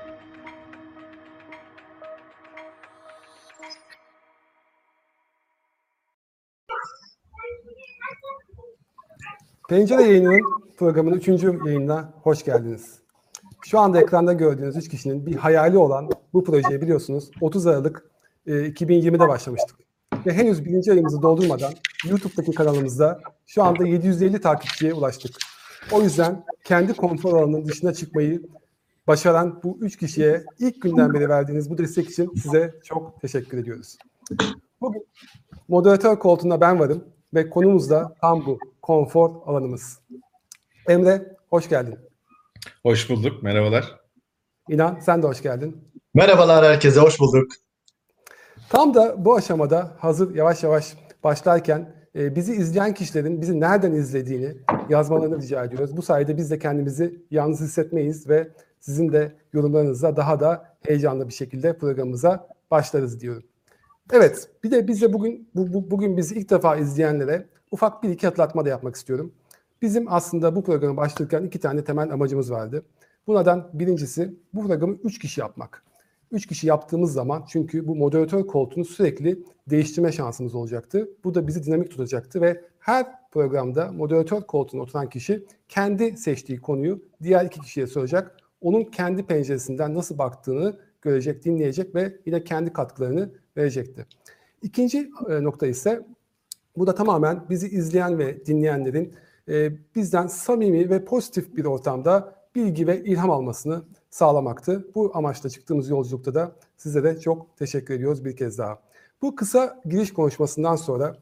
Pencere Yayını'nın programının 3. yayınına hoş geldiniz. Şu anda ekranda gördüğünüz 3 kişinin bir hayali olan bu projeyi biliyorsunuz 30 Aralık 2020'de başlamıştık. Ve henüz 1. ayımızı doldurmadan YouTube'daki kanalımızda şu anda 750 takipçiye ulaştık. O yüzden kendi konfor alanının dışına çıkmayı başaran bu 3 kişiye ilk günden beri verdiğiniz bu destek için size çok teşekkür ediyoruz. Bugün moderatör koltuğunda ben varım ve konumuz da tam bu konfor alanımız. Emre, hoş geldin. Hoş bulduk, merhabalar. İnan, sen de hoş geldin. Merhabalar herkese, hoş bulduk. Tam da bu aşamada hazır yavaş yavaş başlarken bizi izleyen kişilerin bizi nereden izlediğini yazmalarını rica ediyoruz. Bu sayede biz de kendimizi yalnız hissetmeyiz ve sizin de yorumlarınızla daha da heyecanlı bir şekilde programımıza başlarız diyorum. Evet, bir de biz de bugün bizi ilk defa izleyenlere ufak bir iki hatırlatma da yapmak istiyorum. Bizim aslında bu programı başlatırken 2 tane temel amacımız vardı. Bunlardan birincisi bu programı 3 kişi yapmak. 3 kişi yaptığımız zaman çünkü bu moderatör koltuğunu sürekli değiştirme şansımız olacaktı. Bu da bizi dinamik tutacaktı ve her programda moderatör koltuğuna oturan kişi kendi seçtiği konuyu diğer 2 kişiye soracak. Onun kendi penceresinden nasıl baktığını görecek, dinleyecek ve yine kendi katkılarını verecekti. İkinci nokta ise bu da tamamen bizi izleyen ve dinleyenlerin bizden samimi ve pozitif bir ortamda bilgi ve ilham almasını sağlamaktı. Bu amaçla çıktığımız yolculukta da size de çok teşekkür ediyoruz bir kez daha. Bu kısa giriş konuşmasından sonra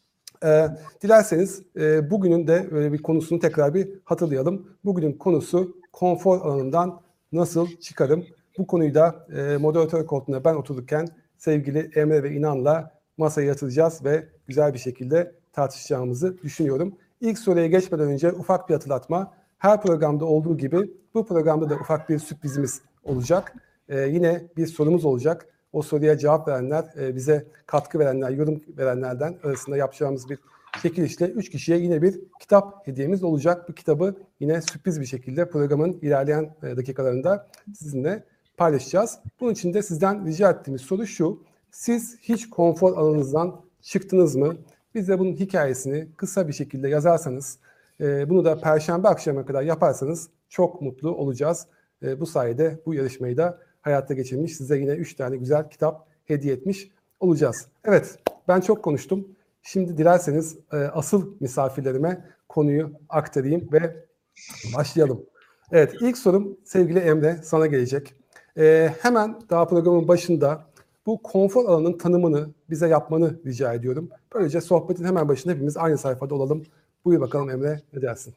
dilerseniz bugünün de böyle bir konusunu tekrar bir hatırlayalım. Bugünün konusu konfor alanından nasıl çıkarım? Bu konuyu da moderatör koltuğuna ben otururken sevgili Emre ve İnan'la masaya yatıracağız ve güzel bir şekilde tartışacağımızı düşünüyorum. İlk soruya geçmeden önce ufak bir hatırlatma. Her programda olduğu gibi bu programda da ufak bir sürprizimiz olacak. Yine bir sorumuz olacak. O soruya cevap verenler, bize katkı verenler, yorum verenlerden arasında yapacağımız bir çekilişle 3 kişiye yine bir kitap hediyemiz olacak. Bu kitabı yine sürpriz bir şekilde programın ilerleyen dakikalarında sizinle paylaşacağız. Bunun için de sizden rica ettiğimiz soru şu. Siz hiç konfor alanınızdan çıktınız mı? Bize bunun hikayesini kısa bir şekilde yazarsanız, bunu da Perşembe akşamına kadar yaparsanız çok mutlu olacağız. Bu sayede bu yarışmayı da hayata geçirmiş, size yine 3 tane güzel kitap hediye etmiş olacağız. Evet, ben çok konuştum. Şimdi dilerseniz asıl misafirlerime konuyu aktarayım ve başlayalım. Evet, ilk sorum sevgili Emre sana gelecek. Hemen daha programın başında bu konfor alanının tanımını bize yapmanı rica ediyorum. Böylece sohbetin hemen başında hepimiz aynı sayfada olalım. Buyur bakalım Emre, ne dersin?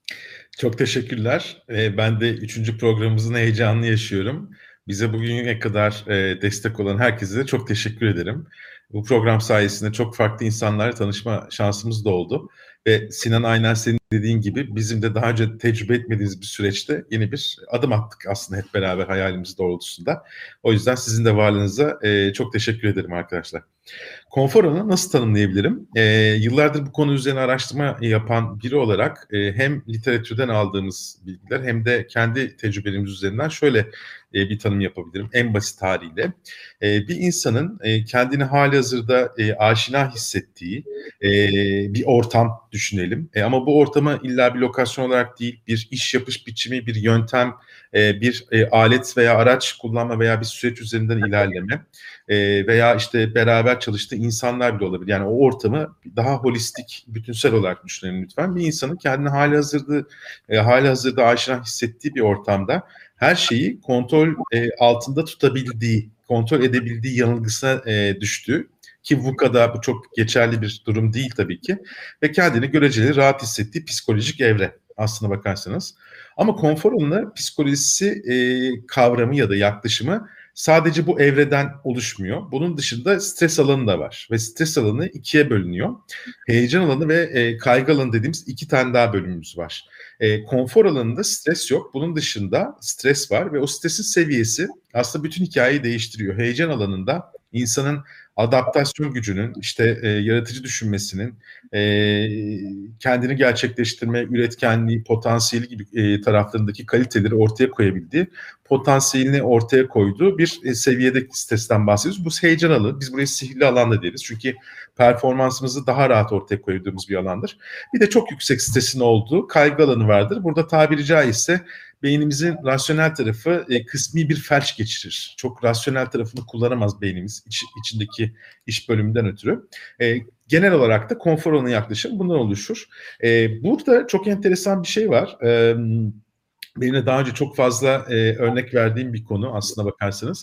Çok teşekkürler. Ben de 3. programımızın heyecanını yaşıyorum. Bize bugüne kadar destek olan herkese de çok teşekkür ederim. Bu program sayesinde çok farklı insanlarla tanışma şansımız da oldu. Ve Sinan, aynen senin dediğin gibi bizim de daha önce tecrübe etmediğimiz bir süreçte yeni bir adım attık aslında hep beraber hayalimiz doğrultusunda. O yüzden sizin de varlığınıza çok teşekkür ederim arkadaşlar. Konfor alanı nasıl tanımlayabilirim? Yıllardır bu konu üzerine araştırma yapan biri olarak hem literatürden aldığımız bilgiler hem de kendi tecrübelerimiz üzerinden şöyle bir tanım yapabilirim en basit haliyle. Bir insanın kendini halihazırda aşina hissettiği bir ortam düşünelim. Ama bu ortama illa bir lokasyon olarak değil, bir iş yapış biçimi, bir yöntem, bir alet veya araç kullanma veya bir süreç üzerinden ilerleme veya işte beraber çalıştığı insanlar bile olabilir. Yani o ortamı daha holistik, bütünsel olarak düşünelim lütfen. Bir insanın kendini halihazırda aşina hissettiği bir ortamda her şeyi kontrol altında tutabildiği, kontrol edebildiği yanılgısına düştüğü, ki bu çok geçerli bir durum değil tabii ki, ve kendini göreceli rahat hissettiği psikolojik evre aslına bakarsanız. Ama konfor alanı psikolojisi kavramı ya da yaklaşımı sadece bu evreden oluşmuyor. Bunun dışında stres alanı da var ve stres alanı 2'ye bölünüyor. Heyecan alanı ve kaygı alanı dediğimiz 2 tane daha bölümümüz var. Konfor alanında stres yok. Bunun dışında stres var ve o stresin seviyesi aslında bütün hikayeyi değiştiriyor. Heyecan alanında insanın adaptasyon gücünün, yaratıcı düşünmesinin, kendini gerçekleştirme, üretkenliği, potansiyeli gibi taraflarındaki kaliteleri ortaya koyabildiği, potansiyelini ortaya koyduğu bir seviyedeki sitesten bahsediyoruz. Bu heyecan alanı, biz buraya sihirli alan da deriz. Çünkü performansımızı daha rahat ortaya koyduğumuz bir alandır. Bir de çok yüksek stresin olduğu kaygı alanı vardır. Burada tabiri caizse beynimizin rasyonel tarafı kısmi bir felç geçirir. Çok rasyonel tarafını kullanamaz beynimiz içindeki iş bölümünden ötürü. Genel olarak da konfor alanı yaklaşım bundan oluşur. Burada çok enteresan bir şey var. Benim de daha önce çok fazla örnek verdiğim bir konu aslına bakarsanız.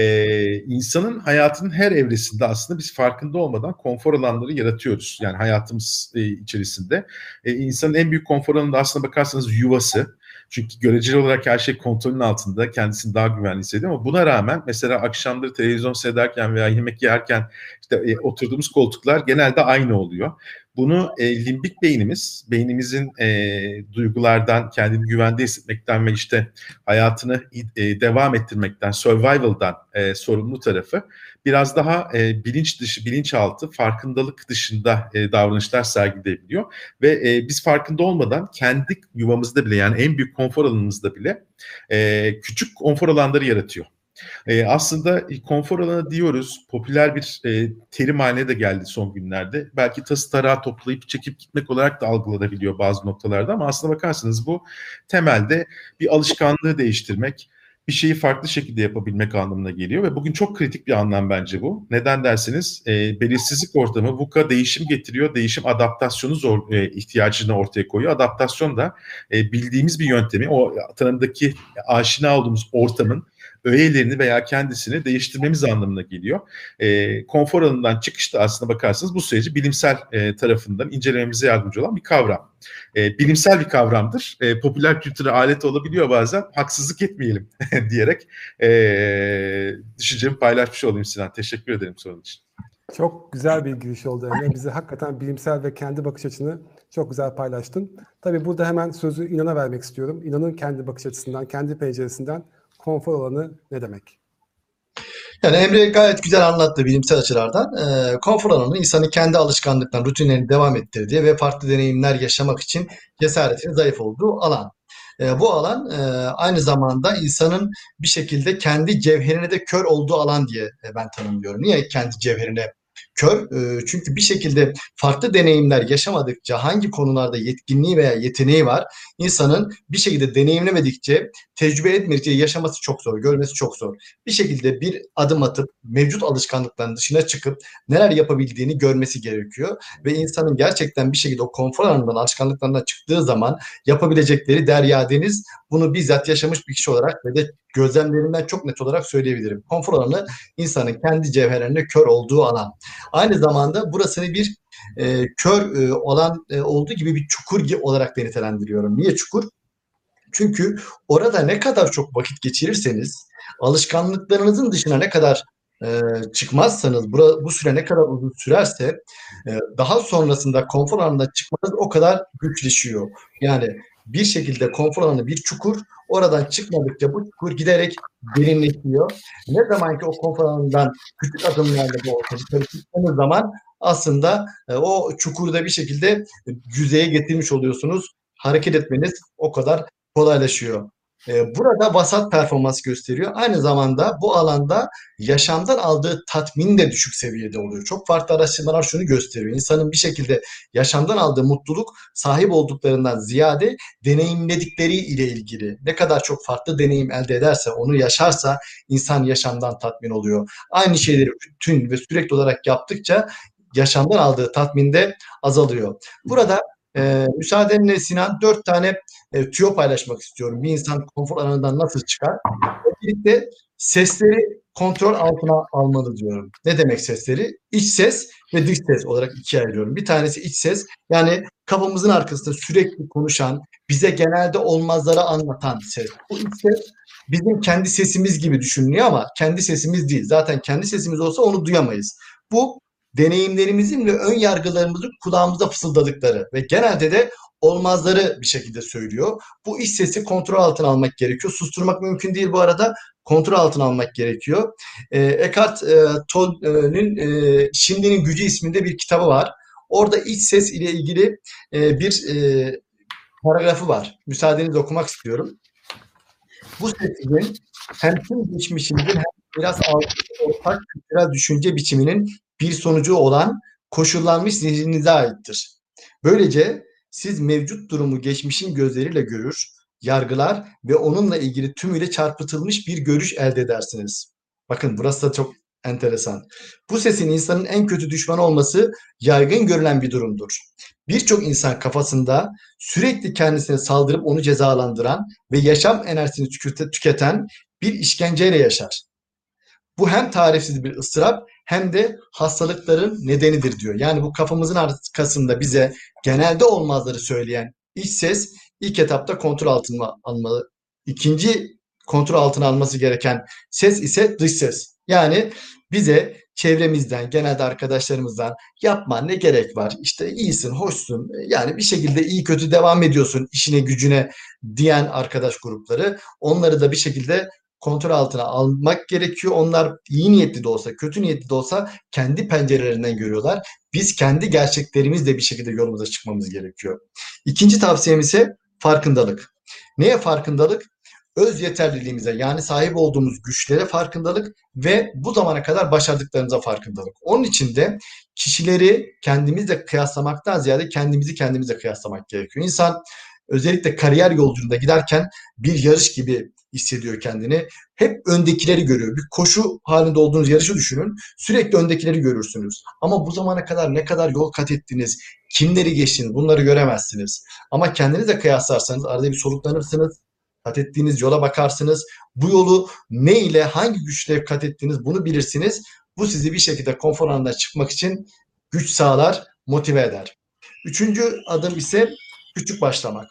İnsanın hayatının her evresinde aslında biz farkında olmadan konfor alanları yaratıyoruz. Yani hayatımız içerisinde. İnsanın en büyük konfor alanı da aslına bakarsanız yuvası. Çünkü göreceli olarak her şey kontrolün altında, kendisini daha güvenli hissediyor ama buna rağmen mesela akşamları televizyon seyrederken veya yemek yerken oturduğumuz koltuklar genelde aynı oluyor. Bunu limbik beynimizin duygulardan, kendini güvende hissetmekten ve hayatını devam ettirmekten, survival'dan sorumlu tarafı biraz daha bilinç dışı, bilinçaltı, farkındalık dışında davranışlar sergileyebiliyor. Ve biz farkında olmadan kendi yuvamızda bile, yani en büyük konfor alanımızda bile küçük konfor alanları yaratıyor. Aslında konfor alanı diyoruz, popüler bir terim haline de geldi son günlerde. Belki tası tarağı toplayıp çekip gitmek olarak da algılanabiliyor bazı noktalarda ama aslına bakarsanız bu temelde bir alışkanlığı değiştirmek, bir şeyi farklı şekilde yapabilmek anlamına geliyor ve bugün çok kritik bir anlam bence bu. Neden derseniz belirsizlik ortamı VUCA değişim getiriyor, değişim adaptasyonu ihtiyacını ortaya koyuyor. Adaptasyon da bildiğimiz bir yöntemi, o tanımdaki aşina olduğumuz ortamın öğelerini veya kendisini değiştirmemiz anlamına geliyor. Konfor alanından çıkışta aslında bakarsanız bu süreci bilimsel tarafından incelememize yardımcı olan bir kavram. Bilimsel bir kavramdır. Popüler kültüre alet olabiliyor bazen. Haksızlık etmeyelim diyerek düşüncemi paylaşmış olayım Sinan. Teşekkür ederim sorun için. Çok güzel bir giriş oldu Emre. Bize hakikaten bilimsel ve kendi bakış açını çok güzel paylaştın. Tabii burada hemen sözü İnan'a vermek istiyorum. İnan'ın kendi bakış açısından, kendi penceresinden konfor alanı ne demek? Yani Emre gayet güzel anlattı bilimsel açılardan. Konfor alanı insanın kendi alışkanlıklarını, rutinlerini devam ettirdiği ve farklı deneyimler yaşamak için cesaretinin zayıf olduğu alan. Bu alan aynı zamanda insanın bir şekilde kendi cevherine de kör olduğu alan diye ben tanımlıyorum. Niye kendi cevherine kör? Çünkü bir şekilde farklı deneyimler yaşamadıkça hangi konularda yetkinliği veya yeteneği var, insanın bir şekilde deneyimlemedikçe, tecrübe etmedikçe yaşaması çok zor, görmesi çok zor. Bir şekilde bir adım atıp mevcut alışkanlıkların dışına çıkıp neler yapabildiğini görmesi gerekiyor. Ve insanın gerçekten bir şekilde o konfor alanından, alışkanlıklarından çıktığı zaman yapabilecekleri derya deniz. Bunu bizzat yaşamış bir kişi olarak ve de gözlemlerimden çok net olarak söyleyebilirim. Konfor alanı insanın kendi cevherlerine kör olduğu alan. Aynı zamanda burasını bir kör olan olduğu gibi bir çukur olarak da nitelendiriyorum. Niye çukur? Çünkü orada ne kadar çok vakit geçirirseniz, alışkanlıklarınızın dışına ne kadar çıkmazsanız, bu süre ne kadar uzun sürerse daha sonrasında konfor alanından çıkmanız o kadar güçleşiyor. Yani bir şekilde konfor alanı bir çukur, oradan çıkmadıkça bu çukur giderek derinleşiyor. Ne zaman ki o konfor alanından küçük adımlarla bu ortaya çıktığınız zaman aslında o çukurda bir şekilde yüzeye getirmiş oluyorsunuz. Hareket etmeniz o kadar kolaylaşıyor. Burada vasat performans gösteriyor. Aynı zamanda bu alanda yaşamdan aldığı tatmin de düşük seviyede oluyor. Çok farklı araştırmalar şunu gösteriyor. İnsanın bir şekilde yaşamdan aldığı mutluluk sahip olduklarından ziyade deneyimledikleri ile ilgili. Ne kadar çok farklı deneyim elde ederse, onu yaşarsa insan yaşamdan tatmin oluyor. Aynı şeyleri bütün ve sürekli olarak yaptıkça yaşamdan aldığı tatmin de azalıyor. Burada müsaadenle Sinan 4 tane tüyo paylaşmak istiyorum. Bir insan konfor alanından nasıl çıkar? Öncelikle sesleri kontrol altına almalı diyorum. Ne demek sesleri? İç ses ve dış ses olarak ikiye ayırıyorum. Bir tanesi iç ses. Yani kafamızın arkasında sürekli konuşan, bize genelde olmazları anlatan ses. Bu iç ses bizim kendi sesimiz gibi düşünülüyor ama kendi sesimiz değil. Zaten kendi sesimiz olsa onu duyamayız. Bu deneyimlerimizin ve ön yargılarımızın kulağımıza fısıldadıkları ve genelde de olmazları bir şekilde söylüyor. Bu iç sesi kontrol altına almak gerekiyor. Susturmak mümkün değil bu arada. Kontrol altına almak gerekiyor. Eckhart Tolle'nin Şimdinin Gücü isminde bir kitabı var. Orada iç ses ile ilgili bir paragrafı var. Müsaadenizle okumak istiyorum. Bu sesin hem tüm geçmişimizin hem biraz ortak kültürel düşünce biçiminin bir sonucu olan koşullanmış zihninize aittir. Böylece siz mevcut durumu geçmişin gözleriyle görür, yargılar ve onunla ilgili tümüyle çarpıtılmış bir görüş elde edersiniz. Bakın burası da çok enteresan. Bu sesin insanın en kötü düşmanı olması yaygın görülen bir durumdur. Birçok insan kafasında sürekli kendisine saldırıp onu cezalandıran ve yaşam enerjisini tüketen bir işkenceyle yaşar. Bu hem tarifsiz bir ıstırap hem de hastalıkların nedenidir diyor. Yani bu kafamızın arkasında bize genelde olmazları söyleyen iç ses ilk etapta kontrol altına almalı. İkinci kontrol altına alması gereken ses ise dış ses. Yani bize çevremizden, genelde arkadaşlarımızdan yapma ne gerek var? İşte iyisin, hoşsun. Yani bir şekilde iyi kötü devam ediyorsun işine gücüne diyen arkadaş grupları. Onları da bir şekilde kontrol altına almak gerekiyor. Onlar iyi niyetli de olsa, kötü niyetli de olsa kendi pencerelerinden görüyorlar. Biz kendi gerçeklerimizle bir şekilde yolumuza çıkmamız gerekiyor. İkinci tavsiyem ise farkındalık. Neye farkındalık? Öz yeterliliğimize yani sahip olduğumuz güçlere farkındalık ve bu zamana kadar başardıklarımıza farkındalık. Onun için de kişileri kendimizle kıyaslamaktan ziyade kendimizi kendimizle kıyaslamak gerekiyor. İnsan özellikle kariyer yolculuğunda giderken bir yarış gibi hissediyor kendini. Hep öndekileri görüyor. Bir koşu halinde olduğunuz yarışı düşünün. Sürekli öndekileri görürsünüz. Ama bu zamana kadar ne kadar yol kat ettiniz, kimleri geçtiniz bunları göremezsiniz. Ama kendinizle kıyaslarsanız arada bir soluklanırsınız. Kat ettiğiniz yola bakarsınız. Bu yolu ne ile hangi güçle kat ettiniz bunu bilirsiniz. Bu sizi bir şekilde konfor alanından çıkmak için güç sağlar, motive eder. Üçüncü adım ise küçük başlamak.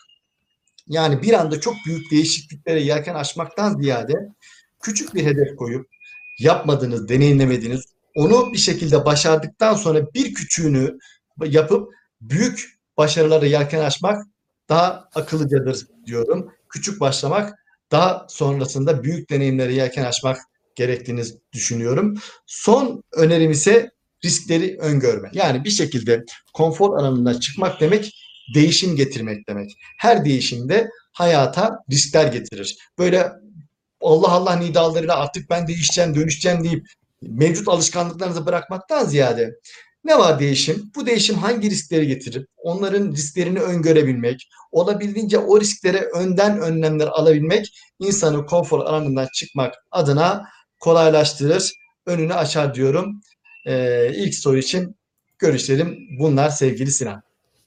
Yani bir anda çok büyük değişikliklere yelken açmaktan ziyade küçük bir hedef koyup yapmadığınız, deneyimlemediğiniz, onu bir şekilde başardıktan sonra bir küçüğünü yapıp büyük başarılara yelken açmak daha akıllıcadır diyorum. Küçük başlamak, daha sonrasında büyük deneyimlere yelken açmak gerektiğini düşünüyorum. Son önerim ise riskleri öngörme. Yani bir şekilde konfor alanından çıkmak demek değişim getirmek demek. Her değişimde hayata riskler getirir. Böyle Allah Allah nidalarıyla artık ben değişeceğim, dönüşeceğim deyip mevcut alışkanlıklarınızı bırakmaktan ziyade ne var değişim? Bu değişim hangi riskleri getirir? Onların risklerini öngörebilmek, olabildiğince o risklere önden önlemler alabilmek insanı konfor alanından çıkmak adına kolaylaştırır, önünü açar diyorum. İlk soru için görüşlerim bunlar sevgili Sinan.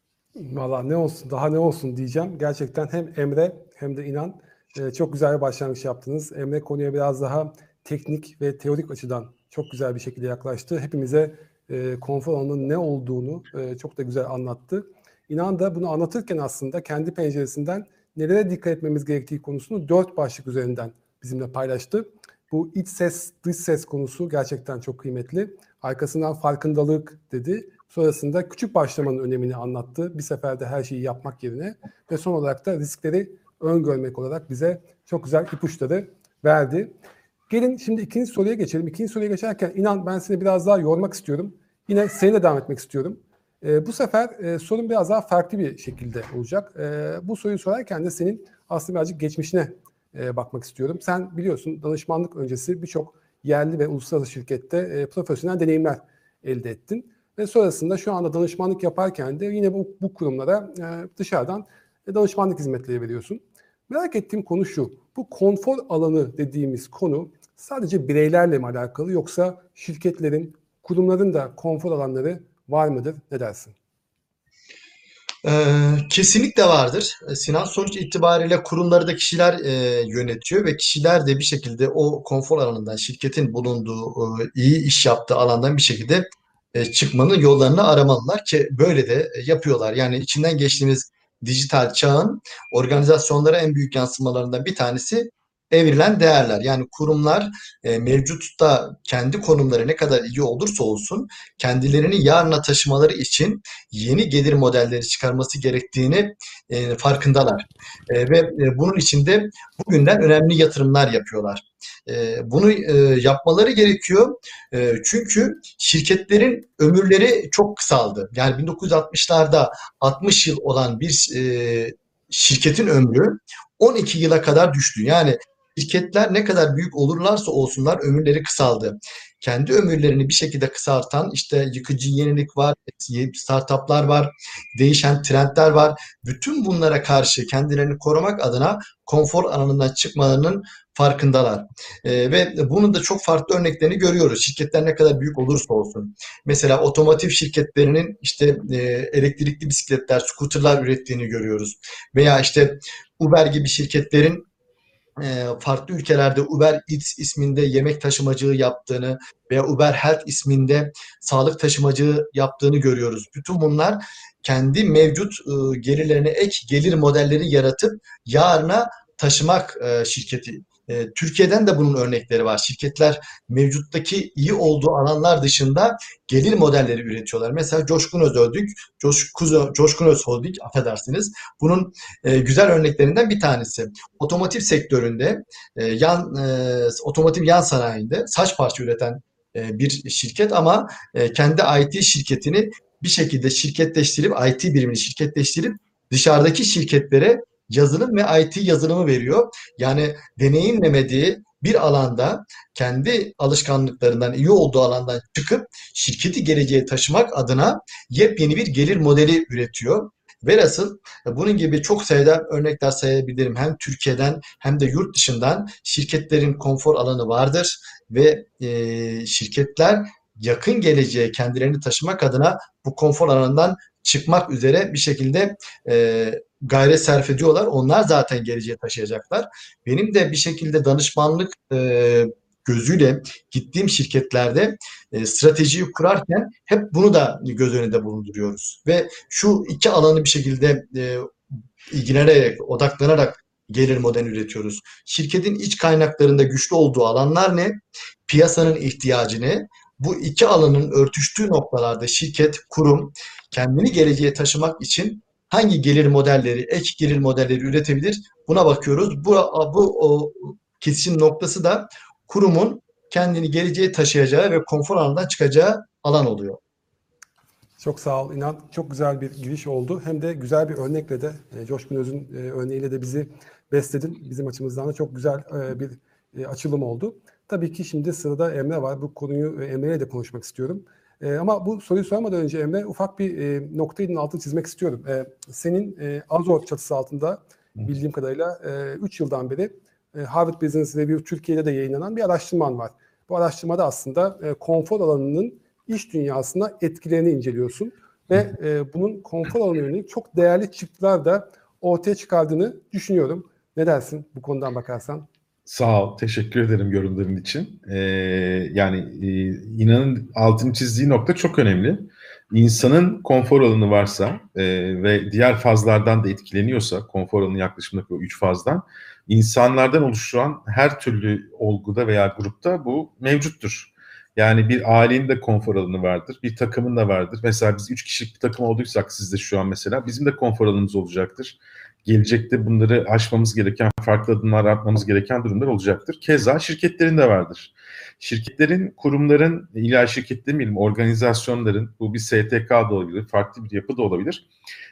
Valla ne olsun, daha ne olsun diyeceğim. Gerçekten hem Emre hem de İnan çok güzel bir başlangıç yaptınız. Emre konuya biraz daha teknik ve teorik açıdan çok güzel bir şekilde yaklaştı. Hepimize konfor alanının ne olduğunu çok da güzel anlattı. İnan da bunu anlatırken aslında kendi penceresinden nelere dikkat etmemiz gerektiği konusunu 4 başlık üzerinden bizimle paylaştı. Bu iç ses, dış ses konusu gerçekten çok kıymetli. Arkasından farkındalık dedi. Sonrasında küçük başlamanın önemini anlattı. Bir seferde her şeyi yapmak yerine ve son olarak da riskleri öngörmek olarak bize çok güzel ipuçları verdi. Gelin şimdi ikinci soruya geçelim. İkinci soruya geçerken İnan ben seni biraz daha yormak istiyorum. Yine seninle devam etmek istiyorum. Bu sefer sorun biraz daha farklı bir şekilde olacak. Bu soruyu sorarken de senin aslında birazcık geçmişine bakmak istiyorum. Sen biliyorsun danışmanlık öncesi birçok yerli ve uluslararası şirkette profesyonel deneyimler elde ettin. Ve sonrasında şu anda danışmanlık yaparken de yine bu kurumlara dışarıdan danışmanlık hizmetleri veriyorsun. Merak ettiğim konu şu. Bu konfor alanı dediğimiz konu sadece bireylerle mi alakalı yoksa şirketlerin, kurumların da konfor alanları var mıdır? Ne dersin? Kesinlikle vardır. Sinan sonuç itibariyle kurumları da kişiler yönetiyor ve kişiler de bir şekilde o konfor alanından, şirketin bulunduğu, iyi iş yaptığı alandan bir şekilde çıkmanın yollarını aramalılar ki böyle de yapıyorlar. Yani içinden geçtiğimiz dijital çağın organizasyonlara en büyük yansımalarından bir tanesi evrilen değerler. Yani kurumlar mevcutta kendi konumları ne kadar iyi olursa olsun kendilerini yarına taşımaları için yeni gelir modelleri çıkarması gerektiğini farkındalar. Ve bunun için de bugünden önemli yatırımlar yapıyorlar. Bunu yapmaları gerekiyor. Çünkü şirketlerin ömürleri çok kısaldı. Yani 1960'larda 60 yıl olan bir şirketin ömrü 12 yıla kadar düştü. Yani şirketler ne kadar büyük olurlarsa olsunlar ömürleri kısaldı. Kendi ömürlerini bir şekilde kısaltan işte yıkıcı yenilik var, startuplar var, değişen trendler var. Bütün bunlara karşı kendilerini korumak adına konfor alanından çıkmalarının farkındalar. Ve bunun da çok farklı örneklerini görüyoruz. Şirketler ne kadar büyük olursa olsun. Mesela otomotiv şirketlerinin işte elektrikli bisikletler, scooterlar ürettiğini görüyoruz. Veya işte Uber gibi şirketlerin farklı ülkelerde Uber Eats isminde yemek taşımacılığı yaptığını veya Uber Health isminde sağlık taşımacılığı yaptığını görüyoruz. Bütün bunlar kendi mevcut gelirlerine ek gelir modelleri yaratıp yarına taşımak şirketi. Türkiye'den de bunun örnekleri var. Şirketler mevcuttaki iyi olduğu alanlar dışında gelir modelleri üretiyorlar. Mesela Coşkun Özdük, Coşkun Öz Holding, affedersiniz. Bunun güzel örneklerinden bir tanesi. Otomotiv sektöründe otomotiv yan sanayinde saç parça üreten bir şirket ama kendi IT şirketini bir şekilde şirketleştirip IT birimini şirketleştirip dışarıdaki şirketlere yazılım ve IT yazılımı veriyor. Yani deneyimlemediği bir alanda kendi alışkanlıklarından iyi olduğu alandan çıkıp şirketi geleceğe taşımak adına yepyeni bir gelir modeli üretiyor. Velhasıl bunun gibi çok sayıda örnekler sayabilirim. Hem Türkiye'den hem de yurt dışından şirketlerin konfor alanı vardır ve şirketler yakın geleceğe kendilerini taşımak adına bu konfor alanından çıkmak üzere bir şekilde gayret sarf ediyorlar. Onlar zaten geleceğe taşıyacaklar. Benim de bir şekilde danışmanlık gözüyle gittiğim şirketlerde stratejiyi kurarken hep bunu da göz önünde bulunduruyoruz. Ve şu iki alanı bir şekilde ilgilenerek, odaklanarak gelir modeli üretiyoruz. Şirketin iç kaynaklarında güçlü olduğu alanlar ne? Piyasanın ihtiyacı ne? Bu iki alanın örtüştüğü noktalarda şirket, kurum kendini geleceğe taşımak için hangi gelir modelleri, ek gelir modelleri üretebilir? Buna bakıyoruz. Bu kesişim noktası da kurumun kendini geleceğe taşıyacağı ve konfor alanından çıkacağı alan oluyor. Çok sağ ol İnan. Çok güzel bir giriş oldu. Hem de güzel bir örnekle de Coşkun Öz'ün örneğiyle de bizi besledin. Bizim açımızdan da çok güzel bir açılım oldu. Tabii ki şimdi sırada Emre var. Bu konuyu Emre'yle de konuşmak istiyorum. Ama bu soruyu sormadan önce Emre ufak bir noktayın altını çizmek istiyorum. Senin Azor çatısı altında bildiğim kadarıyla 3 yıldan beri Harvard Business Review Türkiye'de de yayınlanan bir araştırman var. Bu araştırmada aslında konfor alanının iş dünyasına etkilerini inceliyorsun ve bunun konfor alanına yönelik çok değerli çıktılar da ortaya çıkardığını düşünüyorum. Ne dersin bu konudan bakarsan? Sağ ol, teşekkür ederim yorumların için. İnanın altını çizdiği nokta çok önemli. İnsanın konfor alanı varsa ve diğer fazlardan da etkileniyorsa, konfor alanı yaklaşımdaki o 3 fazdan, insanlardan oluşan her türlü olguda veya grupta bu mevcuttur. Yani bir ailenin de konfor alanı vardır, bir takımın da vardır. Mesela biz 3 kişilik bir takım olduysak siz de şu an mesela bizim de konfor alanımız olacaktır. Gelecekte bunları aşmamız gereken, farklı adımlar atmamız gereken durumlar olacaktır. Keza şirketlerin de vardır. Şirketlerin, kurumların, illa şirket demeyelim, organizasyonların, bu bir STK da olabilir, farklı bir yapı da olabilir.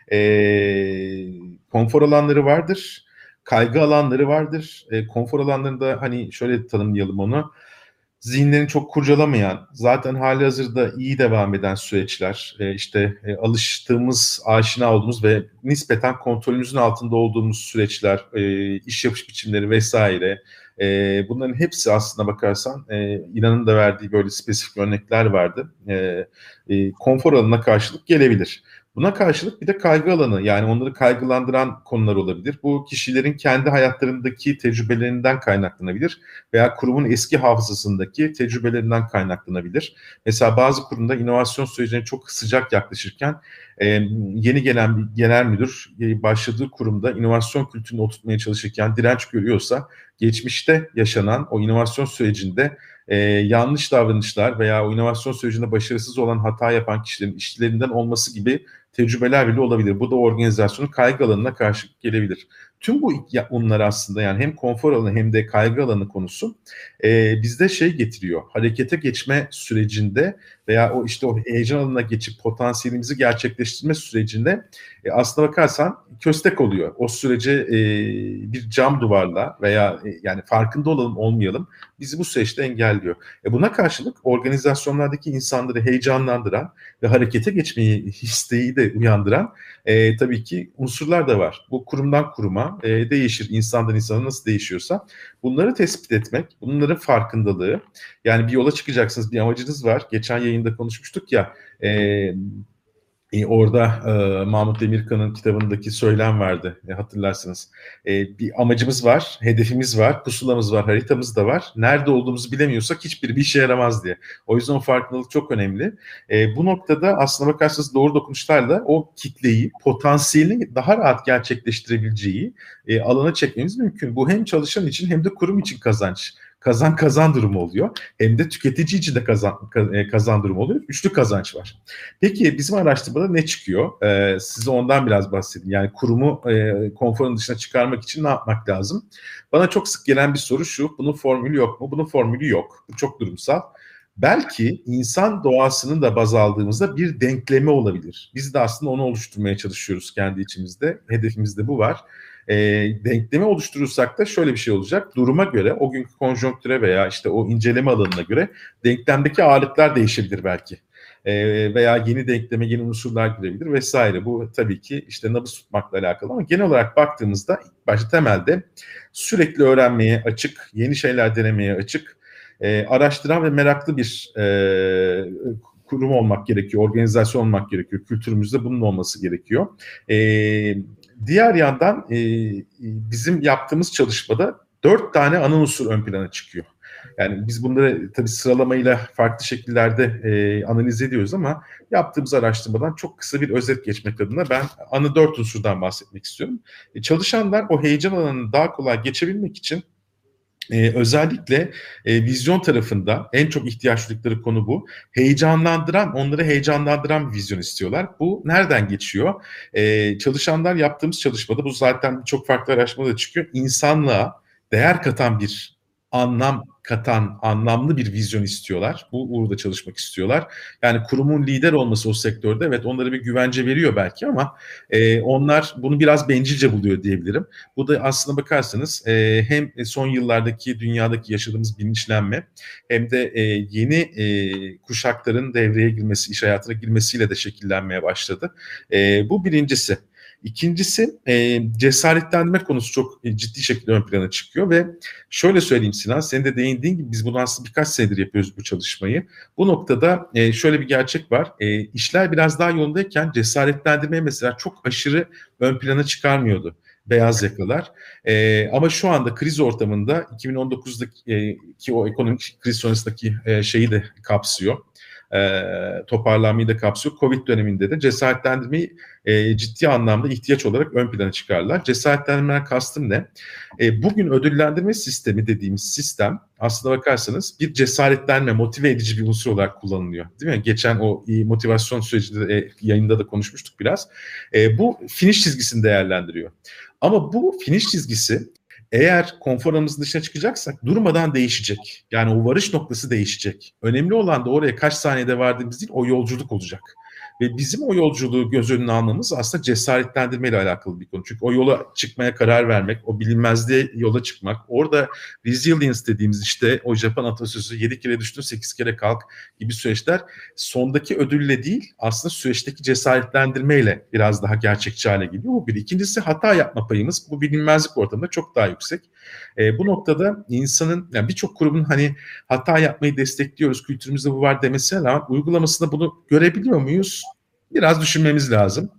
Konfor alanları vardır, kaygı alanları vardır. Konfor alanlarında hani şöyle tanımlayalım onu. Zihinlerini çok kurcalamayan, zaten halihazırda iyi devam eden süreçler, alıştığımız, aşina olduğumuz ve nispeten kontrolümüzün altında olduğumuz süreçler, iş yapış biçimleri vesaire, bunların hepsi aslına bakarsan İnan'ın da verdiği böyle spesifik örnekler vardı. Konfor alanına karşılık gelebilir. Buna karşılık bir de kaygı alanı, yani onları kaygılandıran konular olabilir. Bu kişilerin kendi hayatlarındaki tecrübelerinden kaynaklanabilir veya kurumun eski hafızasındaki tecrübelerinden kaynaklanabilir. Mesela bazı kurumda inovasyon sürecine çok sıcak yaklaşırken yeni gelen bir genel müdür başladığı kurumda inovasyon kültürünü oturtmaya çalışırken direnç görüyorsa geçmişte yaşanan o inovasyon sürecinde yanlış davranışlar veya o inovasyon sürecinde başarısız olan, hata yapan kişilerin işçilerinden olması gibi tecrübeler bile olabilir. Bu da organizasyonun kaygı alanına karşılık gelebilir. Tüm bu bunlar aslında, yani hem konfor alanı hem de kaygı alanı konusu bizde şey getiriyor. Harekete geçme sürecinde veya o heyecan alanına geçip potansiyelimizi gerçekleştirme sürecinde aslına bakarsan köstek oluyor. O sürece bir cam duvarla veya yani farkında olalım olmayalım bizi bu süreçte engelliyor. Buna karşılık organizasyonlardaki insanları heyecanlandıran ve harekete geçmeyi isteği de uyandıran tabii ki unsurlar da var. Bu kurumdan kuruma değişir. İnsandan insana nasıl değişiyorsa bunları tespit etmek, bunların farkındalığı. Yani bir yola çıkacaksınız, bir amacınız var. Geçen yayında konuşmuştuk ya, orada Mahmut Demirkan'ın kitabındaki söylem vardı, hatırlarsınız. Bir amacımız var, hedefimiz var, pusulamız var, haritamız da var. Nerede olduğumuzu bilemiyorsak hiçbir işe yaramaz diye. O yüzden o farkındalık çok önemli. Bu noktada aslına bakarsanız doğru dokunuşlarla o kitleyi, potansiyelini daha rahat gerçekleştirebileceği alana çekmemiz mümkün. Bu hem çalışan için hem de kurum için kazanç. Kazan kazan durumu oluyor. Hem de tüketici için de kazan durumu oluyor. Üçlü kazanç var. Peki bizim araştırmada ne çıkıyor? Size ondan biraz bahsedeyim. Yani kurumu konforun dışına çıkarmak için ne yapmak lazım? Bana çok sık gelen bir soru şu: bunun formülü yok mu? Bunun formülü yok. Bu çok durumsal. Belki insan doğasını da baz aldığımızda bir denklemi olabilir. Biz de aslında onu oluşturmaya çalışıyoruz kendi içimizde. Hedefimizde bu var. Denklemi oluşturursak da şöyle bir şey olacak. Duruma göre, o günkü konjonktüre veya işte o inceleme alanına göre denklemdeki ağırlıklar değişebilir belki. Veya yeni denkleme yeni unsurlar girebilir vesaire. Bu tabii ki işte nabız tutmakla alakalı ama genel olarak baktığımızda ilk başta temelde sürekli öğrenmeye açık, yeni şeyler denemeye açık, araştıran ve meraklı bir kurum olmak gerekiyor, organizasyon olmak gerekiyor. Kültürümüzde bunun olması gerekiyor. Diğer yandan bizim yaptığımız çalışmada 4 tane ana unsur ön plana çıkıyor. Yani biz bunları tabii sıralamayla farklı şekillerde analiz ediyoruz ama yaptığımız araştırmadan çok kısa bir özet geçmek adına ben ana 4 unsurdan bahsetmek istiyorum. Çalışanlar o heyecan alanını daha kolay geçebilmek için özellikle vizyon tarafında en çok ihtiyaç duydukları konu bu. Onları heyecanlandıran bir vizyon istiyorlar. Bu nereden geçiyor? Çalışanlar yaptığımız çalışmada, bu zaten çok farklı araştırmada çıkıyor, İnsanlığa değer katan bir anlamlı bir vizyon istiyorlar. Bu uğurda çalışmak istiyorlar. Yani kurumun lider olması o sektörde, evet, onlara bir güvence veriyor belki ama onlar bunu biraz bencilce buluyor diyebilirim. Bu da aslına bakarsanız hem son yıllardaki dünyadaki yaşadığımız bilinçlenme hem de yeni kuşakların devreye girmesi, iş hayatına girmesiyle de şekillenmeye başladı. Bu birincisi. İkincisi, cesaretlendirme konusu çok ciddi şekilde ön plana çıkıyor ve şöyle söyleyeyim Sinan, senin de değindiğin gibi biz bunu aslında birkaç senedir yapıyoruz bu çalışmayı. Bu noktada şöyle bir gerçek var. İşler biraz daha yolundayken cesaretlendirmeyi mesela çok aşırı ön plana çıkarmıyordu beyaz yakalar. Ama şu anda kriz ortamında 2019'daki o ekonomik kriz sonrasındaki şeyi de kapsıyor. Toparlanmayı da kapsıyor. Covid döneminde de cesaretlendirmeyi ciddi anlamda ihtiyaç olarak ön plana çıkarlar. Cesaretlendirmeden kastım ne? Bugün ödüllendirme sistemi dediğimiz sistem aslına bakarsanız bir cesaretlenme, motive edici bir unsur olarak kullanılıyor. Değil mi? Geçen o motivasyon sürecinde yayında da konuşmuştuk biraz. Bu finish çizgisini değerlendiriyor. Ama bu finish çizgisi eğer konfor alanımızın dışına çıkacaksak durmadan değişecek. Yani o varış noktası değişecek. Önemli olan da oraya kaç saniyede vardığımız değil, o yolculuk olacak. Ve bizim o yolculuğu göz önüne almamız aslında cesaretlendirme ile alakalı bir konu. Çünkü o yola çıkmaya karar vermek, o bilinmezliğe yola çıkmak, orada resilience dediğimiz işte o Japon atasözü 7 kere düştün 8 kere kalk gibi süreçler sondaki ödülle değil aslında süreçteki cesaretlendirmeyle biraz daha gerçekçi hale geliyor. Bu bir. İkincisi, hata yapma payımız bu bilinmezlik ortamında çok daha yüksek. Bu noktada insanın, yani birçok kurumun hani hata yapmayı destekliyoruz, kültürümüzde bu var demesine rağmen uygulamasında bunu görebiliyor muyuz? Biraz düşünmemiz lazım.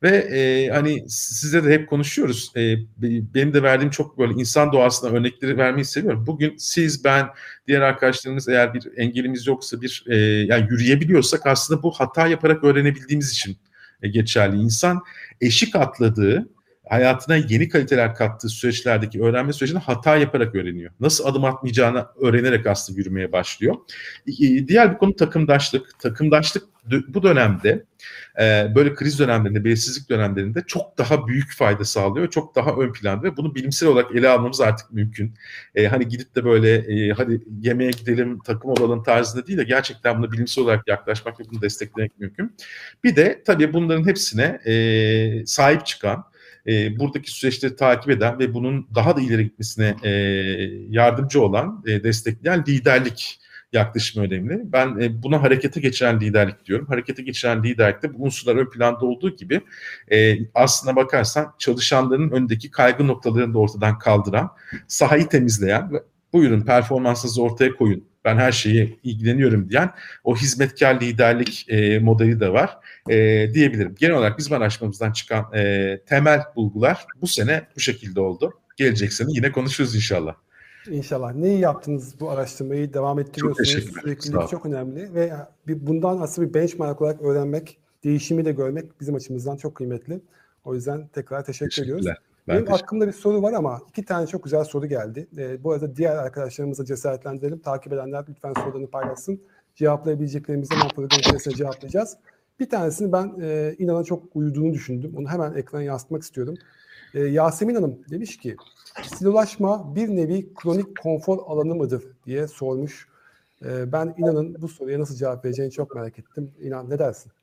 Ve hani size de hep konuşuyoruz. Benim de verdiğim çok böyle insan doğasına örnekleri vermeyi seviyorum. Bugün siz, ben, diğer arkadaşlarımız eğer bir engelimiz yoksa yani yürüyebiliyorsak aslında bu hata yaparak öğrenebildiğimiz için geçerli. İnsan eşik atladığı hayatına yeni kaliteler kattığı süreçlerdeki öğrenme sürecinde hata yaparak öğreniyor. Nasıl adım atmayacağını öğrenerek aslında yürümeye başlıyor. Diğer bir konu takımdaşlık. Takımdaşlık bu dönemde böyle kriz dönemlerinde, belirsizlik dönemlerinde çok daha büyük fayda sağlıyor. Çok daha ön planda ve bunu bilimsel olarak ele almamız artık mümkün. Hani gidip de böyle hadi yemeğe gidelim, takım olalım tarzında değil de gerçekten buna bilimsel olarak yaklaşmak ve bunu desteklemek mümkün. Bir de tabii bunların hepsine sahip çıkan, buradaki süreçleri takip eden ve bunun daha da ileri gitmesine yardımcı olan, destekleyen liderlik yaklaşımı önemli. Ben buna harekete geçiren liderlik diyorum. Harekete geçiren liderlikte bu unsurlar ön planda olduğu gibi aslına bakarsan çalışanların önündeki kaygı noktalarını da ortadan kaldıran, sahayı temizleyen ve buyurun performansınızı ortaya koyun, ben her şeye ilgileniyorum diyen o hizmetkar liderlik modeli de var diyebilirim. Genel olarak bizim araştırmamızdan çıkan temel bulgular bu sene bu şekilde oldu. Gelecek sene yine konuşuruz inşallah. İnşallah. Neyi yaptınız bu araştırmayı devam ettiriyorsunuz? Çok teşekkürler. Süreklilik çok önemli ve bundan aslında bir benchmark olarak öğrenmek, değişimi de görmek bizim açımızdan çok kıymetli. O yüzden tekrar teşekkür ediyoruz. Benim aklımda bir soru var ama 2 tane çok güzel soru geldi. Bu arada diğer arkadaşlarımızı cesaretlendirelim. Takip edenler lütfen sorularını paylaşsın. Cevaplayabileceklerimizi hemen program içerisinde cevaplayacağız. Bir tanesini ben inanın çok uyuduğunu düşündüm. Onu hemen ekrana yansıtmak istiyorum. Yasemin Hanım demiş ki, silolaşma bir nevi kronik konfor alanı mıdır diye sormuş. Ben inanın bu soruya nasıl cevap vereceğini çok merak ettim. İnan, ne dersin?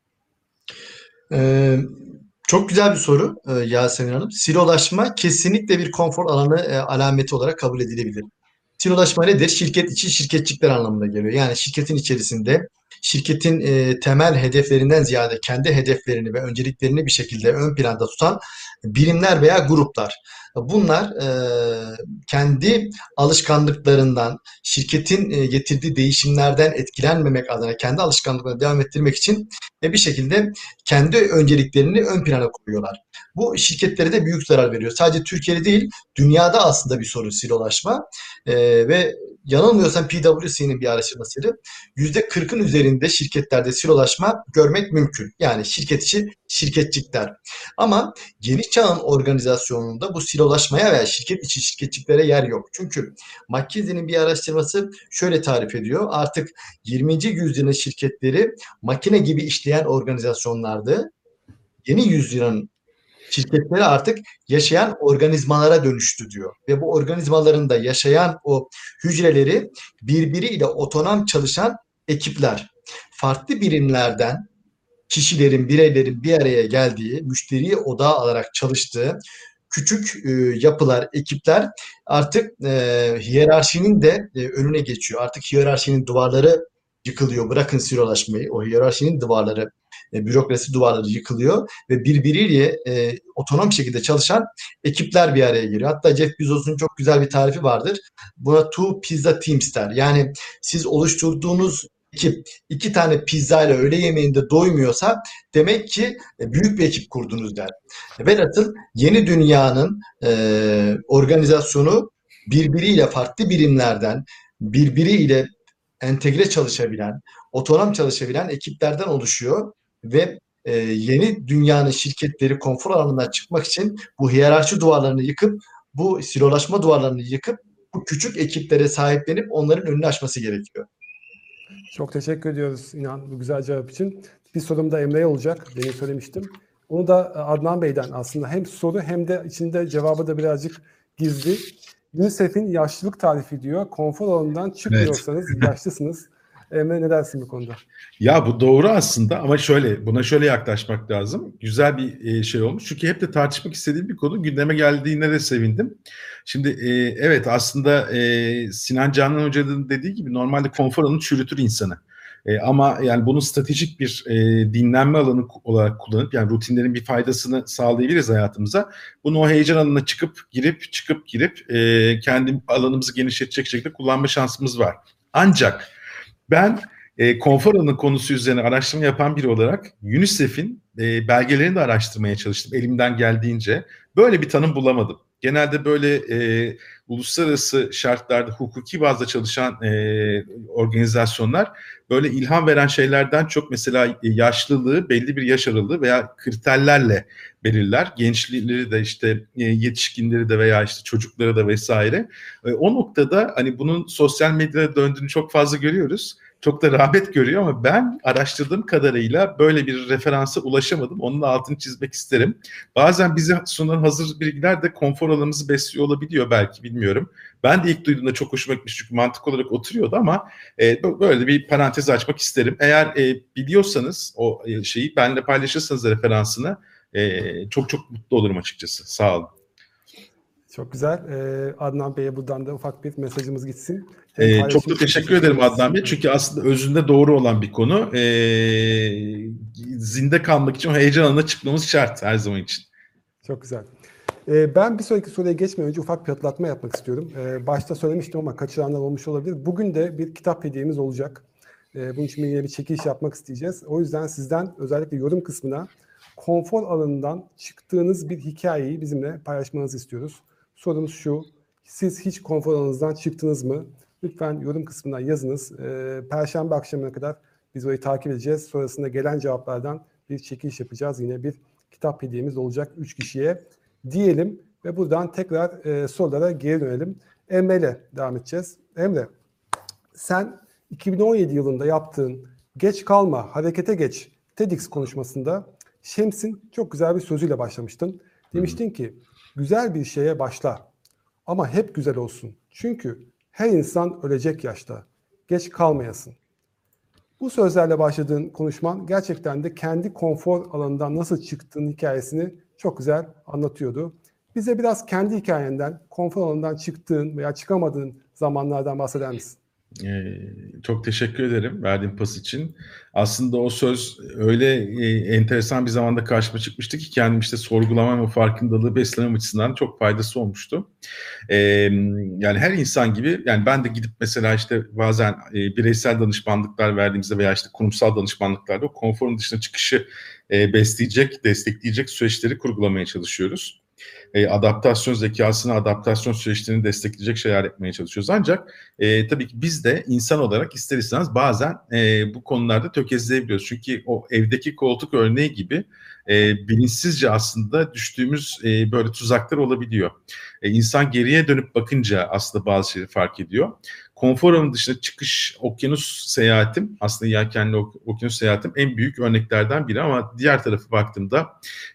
Çok güzel bir soru Yasemin Hanım. Silolaşma kesinlikle bir konfor alanı alameti olarak kabul edilebilir. Silolaşma nedir? Şirket içi şirketçikler anlamına geliyor. Yani şirketin içerisinde şirketin temel hedeflerinden ziyade kendi hedeflerini ve önceliklerini bir şekilde ön planda tutan birimler veya gruplar. Bunlar kendi alışkanlıklarından, şirketin getirdiği değişimlerden etkilenmemek adına kendi alışkanlıklarını devam ettirmek için bir şekilde kendi önceliklerini ön plana koyuyorlar. Bu şirketlere de büyük zarar veriyor. Sadece Türkiye'de değil, dünyada aslında bir sorun silolaşma. Ve yanılmıyorsam PwC'nin bir araştırmasıyla %40'ın üzerinde şirketlerde silolaşma görmek mümkün. Yani şirket içi şirketçikler. Ama yeni çağın organizasyonunda bu silolaşmaya veya şirket içi şirketçiklere yer yok. Çünkü McKinsey'nin bir araştırması şöyle tarif ediyor. Artık 20. yüzyılın şirketleri makine gibi işleyen organizasyonlardı. Yeni yüzyılın şirketleri artık yaşayan organizmalara dönüştü diyor. Ve bu organizmaların da yaşayan o hücreleri birbiriyle otonom çalışan ekipler. Farklı birimlerden kişilerin, bireylerin bir araya geldiği, müşteriyi odağa alarak çalıştığı küçük yapılar, ekipler artık hiyerarşinin de önüne geçiyor. Artık hiyerarşinin duvarları yıkılıyor. Bırakın silolaşmayı. O hiyerarşinin duvarları, bürokrasi duvarları yıkılıyor ve birbiriyle otonom şekilde çalışan ekipler bir araya geliyor. Hatta Jeff Bezos'un çok güzel bir tarifi vardır. Buna two pizza teams der. Yani siz oluşturduğunuz ekip 2 tane pizza ile öğle yemeğinde doymuyorsa demek ki büyük bir ekip kurdunuz der. Velhasıl yeni dünyanın organizasyonu birbiriyle farklı birimlerden, birbiriyle entegre çalışabilen, otonom çalışabilen ekiplerden oluşuyor ve yeni dünyanın şirketleri konfor alanından çıkmak için bu hiyerarşi duvarlarını yıkıp, bu silolaşma duvarlarını yıkıp bu küçük ekiplere sahiplenip onların önünü açması gerekiyor. Çok teşekkür ediyoruz İnan bu güzel cevap için. Bir sorum da Emre'ye olacak. Demin söylemiştim. Onu da Adnan Bey'den aslında hem soru hem de içinde cevabı da birazcık gizli. UNICEF'in yaşlılık tarifi diyor. Konfor alanından çıkmıyorsanız yaşlısınız. Emre, ne dersin bu konuda? Ya bu doğru aslında ama buna şöyle yaklaşmak lazım. Güzel bir şey olmuş. Çünkü hep de tartışmak istediğim bir konu. Gündeme geldiğine de sevindim. Şimdi evet aslında Sinan Canan Hoca'nın dediği gibi normalde konfor alanı çürütür insanı. Ama yani bunu stratejik bir dinlenme alanı olarak kullanıp yani rutinlerin bir faydasını sağlayabiliriz hayatımıza. Bunu o heyecan alanına çıkıp girip kendi alanımızı genişletecek şekilde kullanma şansımız var. Ancak ben konfor alanı konusu üzerine araştırma yapan biri olarak UNICEF'in belgelerini de araştırmaya çalıştım elimden geldiğince. Böyle bir tanım bulamadım. genelde böyle uluslararası şartlarda hukuki bazda çalışan organizasyonlar böyle ilham veren şeylerden çok mesela yaşlılığı belli bir yaş aralığı veya kriterlerle belirler. Gençleri de işte yetişkinleri de veya işte çocukları da vesaire. O noktada hani bunun sosyal medyada döndüğünü çok fazla görüyoruz. Çok da rağbet görüyor ama ben araştırdığım kadarıyla böyle bir referansa ulaşamadım. Onun da altını çizmek isterim. Bazen bize sunulan hazır bilgiler de konfor alanımızı besliyor olabiliyor belki, bilmiyorum. Ben de ilk duyduğumda çok hoşuma gitmiş çünkü mantık olarak oturuyordu ama böyle bir parantez açmak isterim. Eğer biliyorsanız o şeyi benimle paylaşırsanız referansını çok çok mutlu olurum açıkçası. Sağ olun. Çok güzel. Adnan Bey'e buradan da ufak bir mesajımız gitsin. Çok da teşekkür ederim Adnan Bey. Çünkü aslında özünde doğru olan bir konu. Zinde kalmak için o heyecan alanına çıkmamız şart her zaman için. Çok güzel. Ben bir sonraki soruya geçmeden önce ufak bir hatırlatma yapmak istiyorum. Başta söylemiştim ama kaçıranlar olmuş olabilir. Bugün de bir kitap hediyemiz olacak. Bunun için yine bir çekiliş yapmak isteyeceğiz. O yüzden sizden özellikle yorum kısmına konfor alanından çıktığınız bir hikayeyi bizimle paylaşmanızı istiyoruz. Sorumuz şu: siz hiç konfor alanınızdan çıktınız mı? Lütfen yorum kısmına yazınız. Perşembe akşamına kadar biz orayı takip edeceğiz. Sonrasında gelen cevaplardan bir çekiliş yapacağız. Yine bir kitap hediyemiz olacak 3 kişiye diyelim ve buradan tekrar sorulara geri dönelim. Emre ile devam edeceğiz. Emre, sen 2017 yılında yaptığın "Geç kalma, harekete geç" TEDx konuşmasında Şems'in çok güzel bir sözüyle başlamıştın. Demiştin ki, güzel bir şeye başla ama hep güzel olsun. Çünkü her insan ölecek yaşta. Geç kalmayasın. Bu sözlerle başladığın konuşman gerçekten de kendi konfor alanından nasıl çıktığın hikayesini çok güzel anlatıyordu. Bize biraz kendi hikayenden, konfor alanından çıktığın veya çıkamadığın zamanlardan bahseder misin? Çok teşekkür ederim verdiğin pas için. Aslında o söz öyle enteresan bir zamanda karşıma çıkmıştı ki kendim işte sorgulamam ve farkındalığı beslemem açısından çok faydası olmuştu. Yani her insan gibi, yani ben de gidip mesela işte bazen bireysel danışmanlıklar verdiğimizde veya işte kurumsal danışmanlıklarda o konforun dışına çıkışı besleyecek, destekleyecek süreçleri kurgulamaya çalışıyoruz. Adaptasyon zekasını, adaptasyon süreçlerini destekleyecek şeyler yapmaya çalışıyoruz. Ancak tabii ki biz de insan olarak ister istemez bazen bu konularda tökezleyebiliyoruz. Çünkü o evdeki koltuk örneği gibi bilinçsizce aslında düştüğümüz böyle tuzaklar olabiliyor. İnsan geriye dönüp bakınca aslında bazı şeyleri fark ediyor. Konfor alanı dışında çıkış, okyanus seyahatim, aslında yelkenli okyanus seyahatim en büyük örneklerden biri ama diğer tarafı baktığımda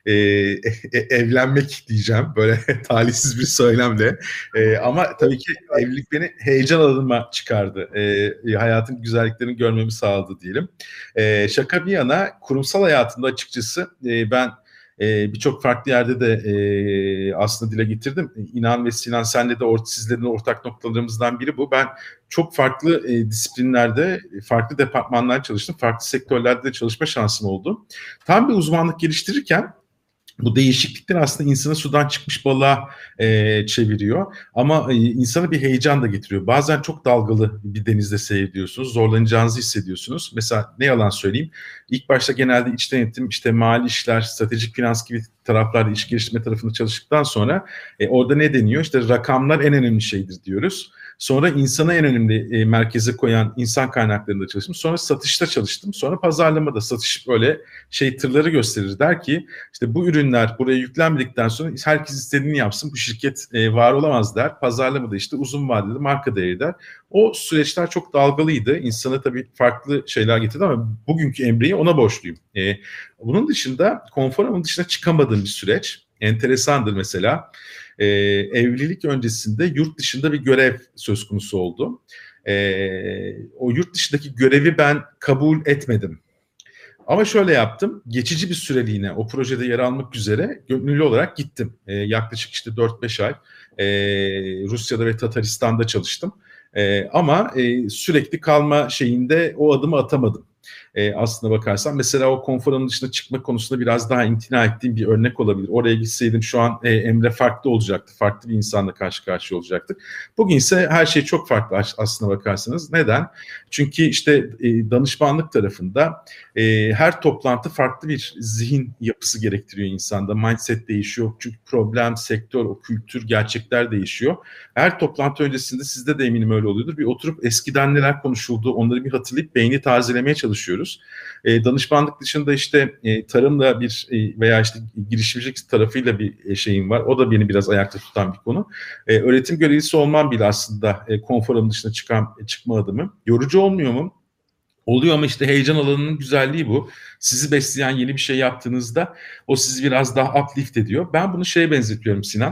evlenmek diyeceğim böyle talihsiz bir söylemle. Ama tabii ki evlilik beni heyecan alanıma çıkardı. Hayatın güzelliklerini görmemi sağladı diyelim. Şaka bir yana kurumsal hayatımda açıkçası ben birçok farklı yerde de aslında dile getirdim. İnan ve Sinan, senle de sizlerin ortak noktalarımızdan biri bu. Ben çok farklı disiplinlerde, farklı departmanlar çalıştım. Farklı sektörlerde de çalışma şansım oldu. Tam bir uzmanlık geliştirirken bu değişiklikler aslında insanı sudan çıkmış balığa çeviriyor. Ama insana bir heyecan da getiriyor. Bazen çok dalgalı bir denizde seyrediyorsunuz. Zorlanacağınızı hissediyorsunuz. Mesela ne yalan söyleyeyim. İlk başta genelde iç denetim, işte mali işler, stratejik finans gibi taraflarda iş geliştirme tarafında çalıştıktan sonra orada ne deniyor? İşte rakamlar en önemli şeydir diyoruz. Sonra insana en önemli merkeze koyan insan kaynaklarında çalıştım. Sonra satışta çalıştım. Sonra pazarlamada, satış böyle tırları gösterir. Der ki işte bu ürünler buraya yüklenmedikten sonra herkes istediğini yapsın. Bu şirket var olamaz der. Pazarlamada işte uzun vadeli marka değeri der. O süreçler çok dalgalıydı. İnsana tabii farklı şeyler getirdi ama bugünkü Emre'yi ona borçluyum. Bunun dışında konfor alanının dışına çıkamadığım bir süreç. Enteresandır mesela. Evlilik öncesinde yurt dışında bir görev söz konusu oldu. O yurt dışındaki görevi ben kabul etmedim. Ama şöyle yaptım, geçici bir süreliğine o projede yer almak üzere gönüllü olarak gittim. Yaklaşık işte 4-5 ay Rusya'da ve Tataristan'da çalıştım. Ama sürekli kalma şeyinde o adımı atamadım. Aslına bakarsan mesela o konfor alanının dışına çıkma konusunda biraz daha imtina ettiğim bir örnek olabilir. Oraya gitseydim şu an Emre farklı olacaktı. Farklı bir insanla karşı karşıya olacaktı. Bugün ise her şey çok farklı aslına bakarsanız. Neden? Çünkü işte danışmanlık tarafında her toplantı farklı bir zihin yapısı gerektiriyor insanda. Mindset değişiyor. Çünkü problem, sektör, o kültür, gerçekler değişiyor. Her toplantı öncesinde sizde de eminim öyle oluyordur. Bir oturup eskiden neler konuşuldu onları bir hatırlayıp beyni tazelemeye çalışıyoruz. Danışmanlık dışında işte tarımla bir veya işte girişimcilik tarafıyla bir şeyim var. O da beni biraz ayakta tutan bir konu. Öğretim görevlisi olmam bile aslında konfor alanının dışına çıkma adımı. Yorucu olmuyor mu? Oluyor ama işte heyecan alanının güzelliği bu. Sizi besleyen yeni bir şey yaptığınızda o sizi biraz daha uplift ediyor. Ben bunu şeye benzetiyorum Sinan.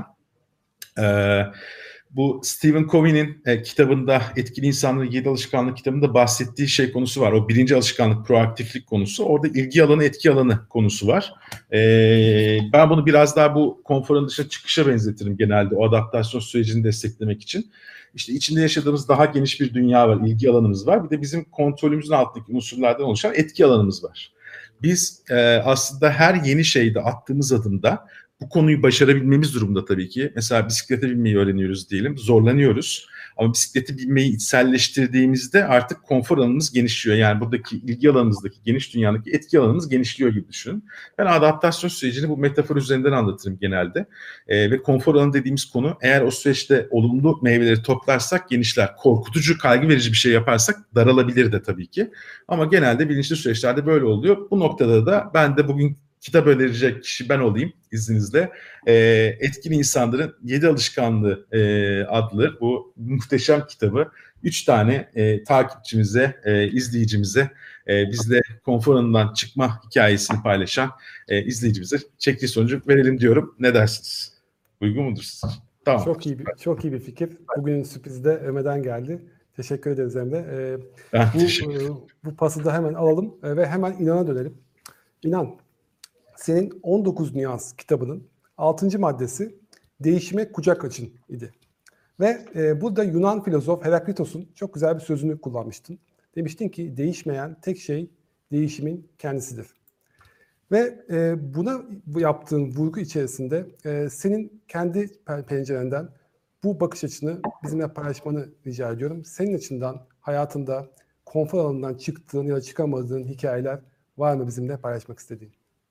Bu Stephen Covey'nin kitabında Etkili İnsanların 7 Alışkanlık kitabında bahsettiği şey konusu var. O birinci alışkanlık proaktiflik konusu. Orada ilgi alanı, etki alanı konusu var. Ben bunu biraz daha bu konforun dışına çıkışa benzetirim genelde o adaptasyon sürecini desteklemek için. İşte içinde yaşadığımız daha geniş bir dünya var, ilgi alanımız var. Bir de bizim kontrolümüzün altındaki unsurlardan oluşan etki alanımız var. Biz aslında her yeni şeyde attığımız adımda bu konuyu başarabilmemiz durumunda tabii ki. Mesela bisiklete binmeyi öğreniyoruz diyelim. Zorlanıyoruz. Ama bisikleti binmeyi içselleştirdiğimizde artık konfor alanımız genişliyor. Yani buradaki ilgi alanımızdaki, geniş dünyadaki etki alanımız genişliyor gibi düşünün. Ben adaptasyon sürecini bu metafor üzerinden anlatırım genelde. Ve konfor alanı dediğimiz konu eğer o süreçte olumlu meyveleri toplarsak genişler. Korkutucu, kaygı verici bir şey yaparsak daralabilir de tabii ki. Ama genelde bilinçli süreçlerde böyle oluyor. Bu noktada da ben de bugün kitap önerecek kişi ben olayım izninizle. Etkili İnsanların 7 Alışkanlığı adlı bu muhteşem kitabı 3 tane takipçimize, izleyicimize bizle konfor alanından çıkma hikayesini paylaşan izleyicimize çektiği sonucu verelim diyorum. Ne dersiniz? Uygun mudur sizce? Tamam. Çok iyi bir fikir. Bugünün sürprizi de Ömer'den geldi. Teşekkür ederiz Emre. Bu pası da hemen alalım ve hemen İnan'a dönelim. İnan, senin 19 Nüans kitabının 6. maddesi değişime kucak açın idi. Ve burada Yunan filozof Heraklitos'un çok güzel bir sözünü kullanmıştın. Demiştin ki değişmeyen tek şey değişimin kendisidir. Ve buna yaptığın vurgu içerisinde senin kendi pencerenden bu bakış açını bizimle paylaşmanı rica ediyorum. Senin açından hayatında konfor alanından çıktığın ya da çıkamadığın hikayeler var mı bizimle paylaşmak istediğin?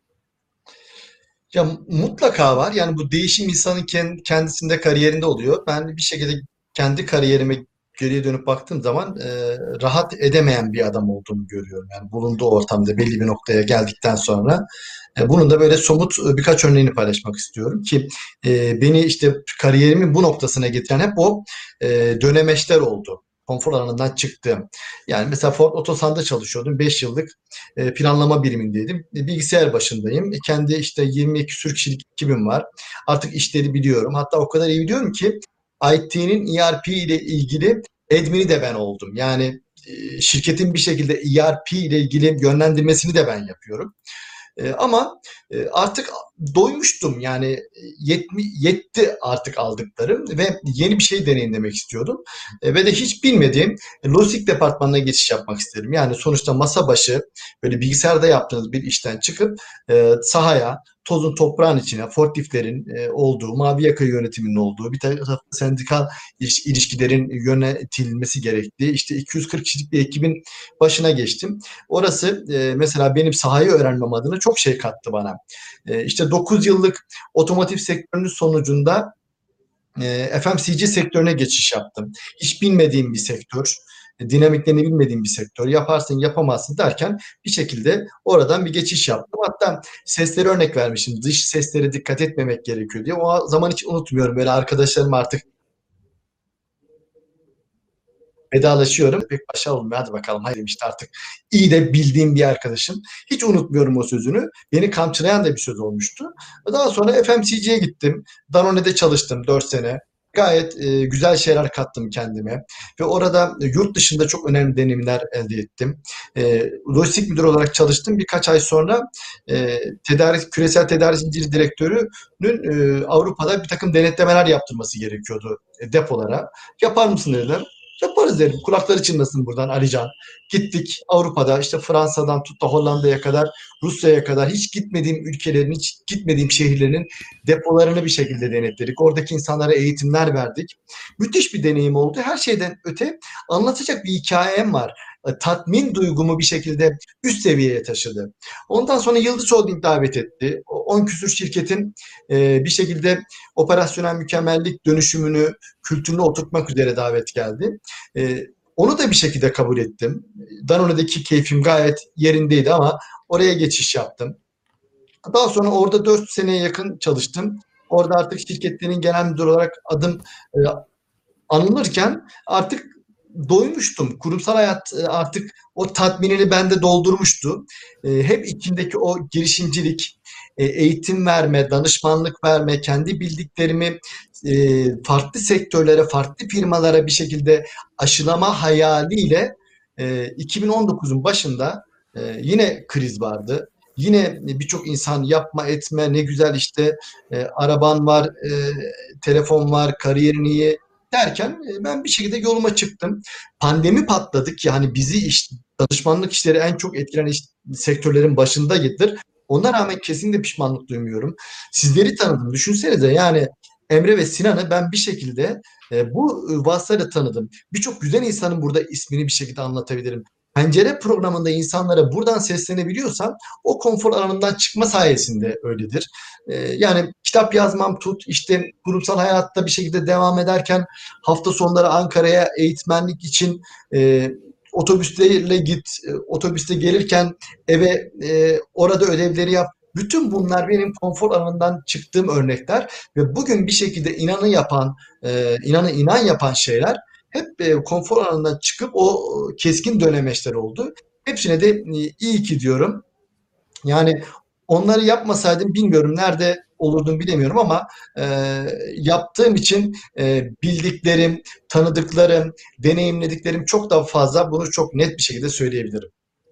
Ya mutlaka var. Yani bu değişim insanın kendisinde, kariyerinde oluyor. Ben bir şekilde kendi kariyerime geriye dönüp baktığım zaman rahat edemeyen bir adam olduğumu görüyorum. Yani bulunduğu ortamda belli bir noktaya geldikten sonra bunun da böyle somut birkaç örneğini paylaşmak istiyorum ki beni işte kariyerimin bu noktasına getiren hep o dönemeçler oldu. Konfor alanından çıktım. Yani mesela Ford Otosan'da çalışıyordum. 5 yıllık planlama birimindeydim. Bilgisayar başındayım. Kendi işte 20 küsur kişilik ekibim var. Artık işleri biliyorum. Hatta o kadar iyi biliyorum ki IT'nin ERP ile ilgili admin'i de ben oldum. Yani şirketin bir şekilde ERP ile ilgili yönlendirmesini de ben yapıyorum. Ama artık doymuştum yani yetti artık aldıklarım ve yeni bir şey deneyimlemek istiyordum. Ve de hiç bilmediğim lojistik departmanına geçiş yapmak istedim. Yani sonuçta masa başı böyle bilgisayarda yaptığınız bir işten çıkıp sahaya, tozun toprağın içine, forkliftlerin olduğu, mavi yaka yönetiminin olduğu, bir tarafta sendikal ilişkilerin yönetilmesi gerektiği, işte 240 kişilik bir ekibin başına geçtim. Orası mesela benim sahayı öğrenmem adına çok şey kattı bana. İşte 9 yıllık otomotiv sektörünün sonucunda FMCG sektörüne geçiş yaptım. Hiç bilmediğim bir sektör, dinamiklerini bilmediğim bir sektör. Yaparsın, yapamazsın derken bir şekilde oradan bir geçiş yaptım. Hatta sesleri örnek vermişim. Dış seslere dikkat etmemek gerekiyor diye. O zaman hiç unutmuyorum. Böyle arkadaşlarım artık vedalaşıyorum. Pek başa olmuyor. Hadi bakalım hayır işte artık iyi de bildiğim bir arkadaşım. Hiç unutmuyorum o sözünü. Beni kamçılayan da bir söz olmuştu. Daha sonra FMCG'ye gittim. Danone'de çalıştım 4 sene. Gayet güzel şeyler kattım kendime. Ve orada yurt dışında çok önemli deneyimler elde ettim. Lojistik müdür olarak çalıştım. Birkaç ay sonra küresel tedarik zinciri direktörünün Avrupa'da bir takım denetlemeler yaptırması gerekiyordu depolara. Yapar mısın dediler. Yaparız derim. Kulakları çınlasın buradan Alican. Gittik Avrupa'da işte Fransa'dan tut da Hollanda'ya kadar, Rusya'ya kadar hiç gitmediğim ülkelerin, hiç gitmediğim şehirlerin depolarını bir şekilde denetledik. Oradaki insanlara eğitimler verdik. Müthiş bir deneyim oldu. Her şeyden öte anlatacak bir hikayem var. Tatmin duygumu bir şekilde üst seviyeye taşıdı. Ondan sonra Yıldız Holding davet etti. 10 küsur şirketin bir şekilde operasyonel mükemmellik dönüşümünü, kültürünü oturtmak üzere davet geldi. Onu da bir şekilde kabul ettim. Danone'deki keyfim gayet yerindeydi ama oraya geçiş yaptım. Daha sonra orada 4 seneye yakın çalıştım. Orada artık şirketlerin genel müdür olarak adım e, anılırken artık doymuştum. Kurumsal hayat artık o tatminini bende doldurmuştu. Hep içindeki o girişimcilik, eğitim verme, danışmanlık verme, kendi bildiklerimi farklı sektörlere, farklı firmalara bir şekilde aşılama hayaliyle 2019'un başında yine kriz vardı. Yine birçok insan yapma etme ne güzel işte araban var, telefon var, kariyerin iyi derken ben bir şekilde yoluma çıktım. Pandemi patladı ki hani bizi danışmanlık işleri en çok etkilenen sektörlerin başındadır. Ona rağmen kesinlikle pişmanlık duymuyorum. Sizleri tanıdım. Düşünsenize yani Emre ve Sinan'ı ben bir şekilde bu vasıtayla tanıdım. Birçok güzel insanın burada ismini bir şekilde anlatabilirim. Pencere programında insanlara buradan seslenebiliyorsam o konfor alanından çıkma sayesinde öyledir. Yani kitap yazmam tut, işte kurumsal hayatta bir şekilde devam ederken hafta sonları Ankara'ya eğitmenlik için otobüsle git, otobüste gelirken eve orada ödevleri yap. Bütün bunlar benim konfor alanından çıktığım örnekler ve bugün bir şekilde inanı inan yapan şeyler hep konfor alanından çıkıp o keskin dönemeçler oldu. Hepsine de iyi ki diyorum. Yani onları yapmasaydım bilmiyorum nerede olurdum bilemiyorum ama e, yaptığım için bildiklerim, tanıdıklarım, deneyimlediklerim çok daha fazla. Bunu çok net bir şekilde söyleyebilirim.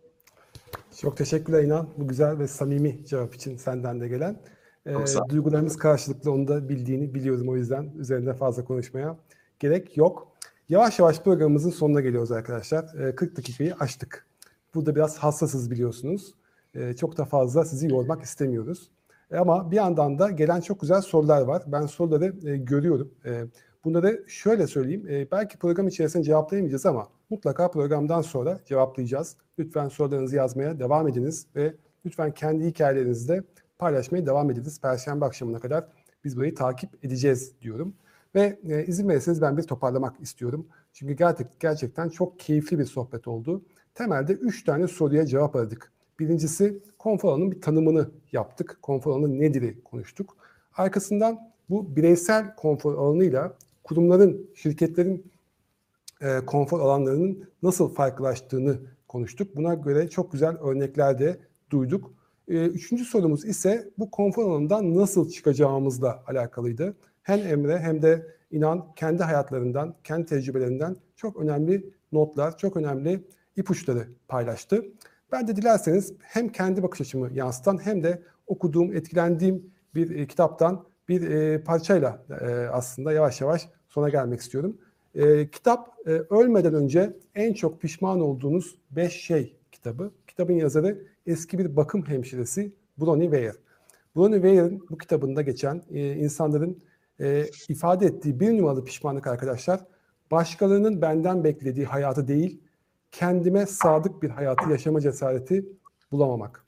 Çok teşekkürler İnan. Bu güzel ve samimi cevap için senden de gelen. Çok sağ ol. Duygularımız karşılıklı, onu da bildiğini biliyorum, o yüzden üzerinde fazla konuşmaya gerek yok. Yavaş yavaş programımızın sonuna geliyoruz arkadaşlar. 40 dakikayı aştık. Burada biraz hassasız biliyorsunuz. Çok da fazla sizi yormak istemiyoruz. Ama bir yandan da gelen çok güzel sorular var. Ben soruları görüyorum. Bunları şöyle söyleyeyim. Belki program içerisinde cevaplayamayacağız ama mutlaka programdan sonra cevaplayacağız. Lütfen sorularınızı yazmaya devam ediniz ve lütfen kendi hikayelerinizi de paylaşmaya devam ediniz. Perşembe akşamına kadar biz burayı takip edeceğiz diyorum. Ve izin verirseniz ben bir toparlamak istiyorum. Çünkü gerçekten çok keyifli bir sohbet oldu. Temelde 3 tane soruya cevap aradık. Birincisi, konfor alanının bir tanımını yaptık. Konfor alanı nedir'i konuştuk. Arkasından bu bireysel konfor alanıyla kurumların, şirketlerin konfor alanlarının nasıl farklılaştığını konuştuk. Buna göre çok güzel örnekler de duyduk. Üçüncü sorumuz ise bu konfor alanından nasıl çıkacağımızla alakalıydı. Hem Emre hem de İnan kendi hayatlarından, kendi tecrübelerinden çok önemli notlar, çok önemli ipuçları paylaştı. Ben de dilerseniz hem kendi bakış açımı yansıtan hem de okuduğum, etkilendiğim bir kitaptan bir parçayla aslında yavaş yavaş sona gelmek istiyorum. Kitap Ölmeden Önce En Çok Pişman Olduğunuz 5 Şey kitabı. Kitabın yazarı eski bir bakım hemşiresi Bronnie Ware. Bronnie Ware'ın bu kitabında geçen insanların ifade ettiği bir numaralı pişmanlık arkadaşlar, başkalarının benden beklediği hayatı değil, kendime sadık bir hayatı yaşama cesareti bulamamak.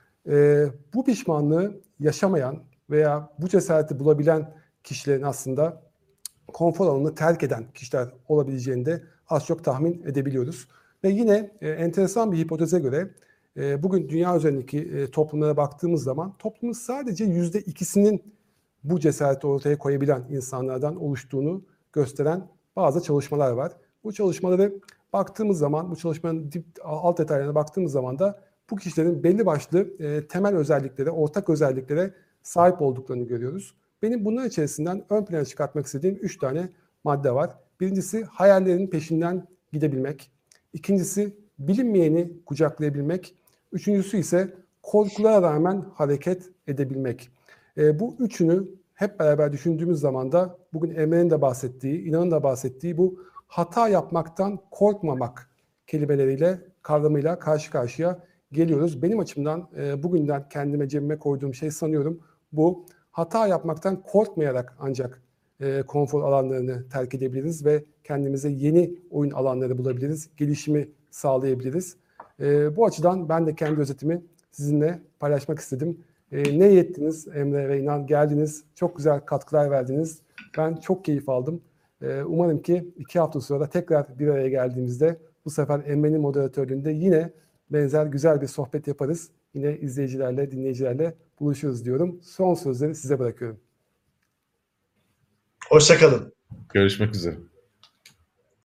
Bu pişmanlığı yaşamayan veya bu cesareti bulabilen kişilerin aslında konfor alanını terk eden kişiler olabileceğini de az çok tahmin edebiliyoruz. Ve yine enteresan bir hipoteze göre bugün dünya üzerindeki toplumlara baktığımız zaman toplumun sadece %2'sinin bu cesareti ortaya koyabilen insanlardan oluştuğunu gösteren bazı çalışmalar var. Bu çalışmaları baktığımız zaman, bu çalışmanın alt detaylarına baktığımız zaman da bu kişilerin belli başlı temel özelliklere, ortak özelliklere sahip olduklarını görüyoruz. Benim bunlar içerisinden ön plana çıkartmak istediğim 3 tane madde var. Birincisi hayallerinin peşinden gidebilmek. İkincisi bilinmeyeni kucaklayabilmek. Üçüncüsü ise korkulara rağmen hareket edebilmek. Bu üçünü hep beraber düşündüğümüz zaman da bugün Emre'nin de bahsettiği, İnan'ın da bahsettiği bu hata yapmaktan korkmamak kelimeleriyle, kavramıyla karşı karşıya geliyoruz. Benim açımdan bugünden kendime cebime koyduğum şey sanıyorum bu. Hata yapmaktan korkmayarak ancak konfor alanlarını terk edebiliriz ve kendimize yeni oyun alanları bulabiliriz, gelişimi sağlayabiliriz. Bu açıdan ben de kendi özetimi sizinle paylaşmak istedim. Ne yettiniz Emre ve İnan, geldiniz, çok güzel katkılar verdiniz. Ben çok keyif aldım. Umarım ki 2 hafta sonra tekrar bir araya geldiğimizde bu sefer Emre'nin moderatörlüğünde yine benzer güzel bir sohbet yaparız. Yine izleyicilerle, dinleyicilerle buluşuruz diyorum. Son sözleri size bırakıyorum. Hoşça kalın. Görüşmek üzere.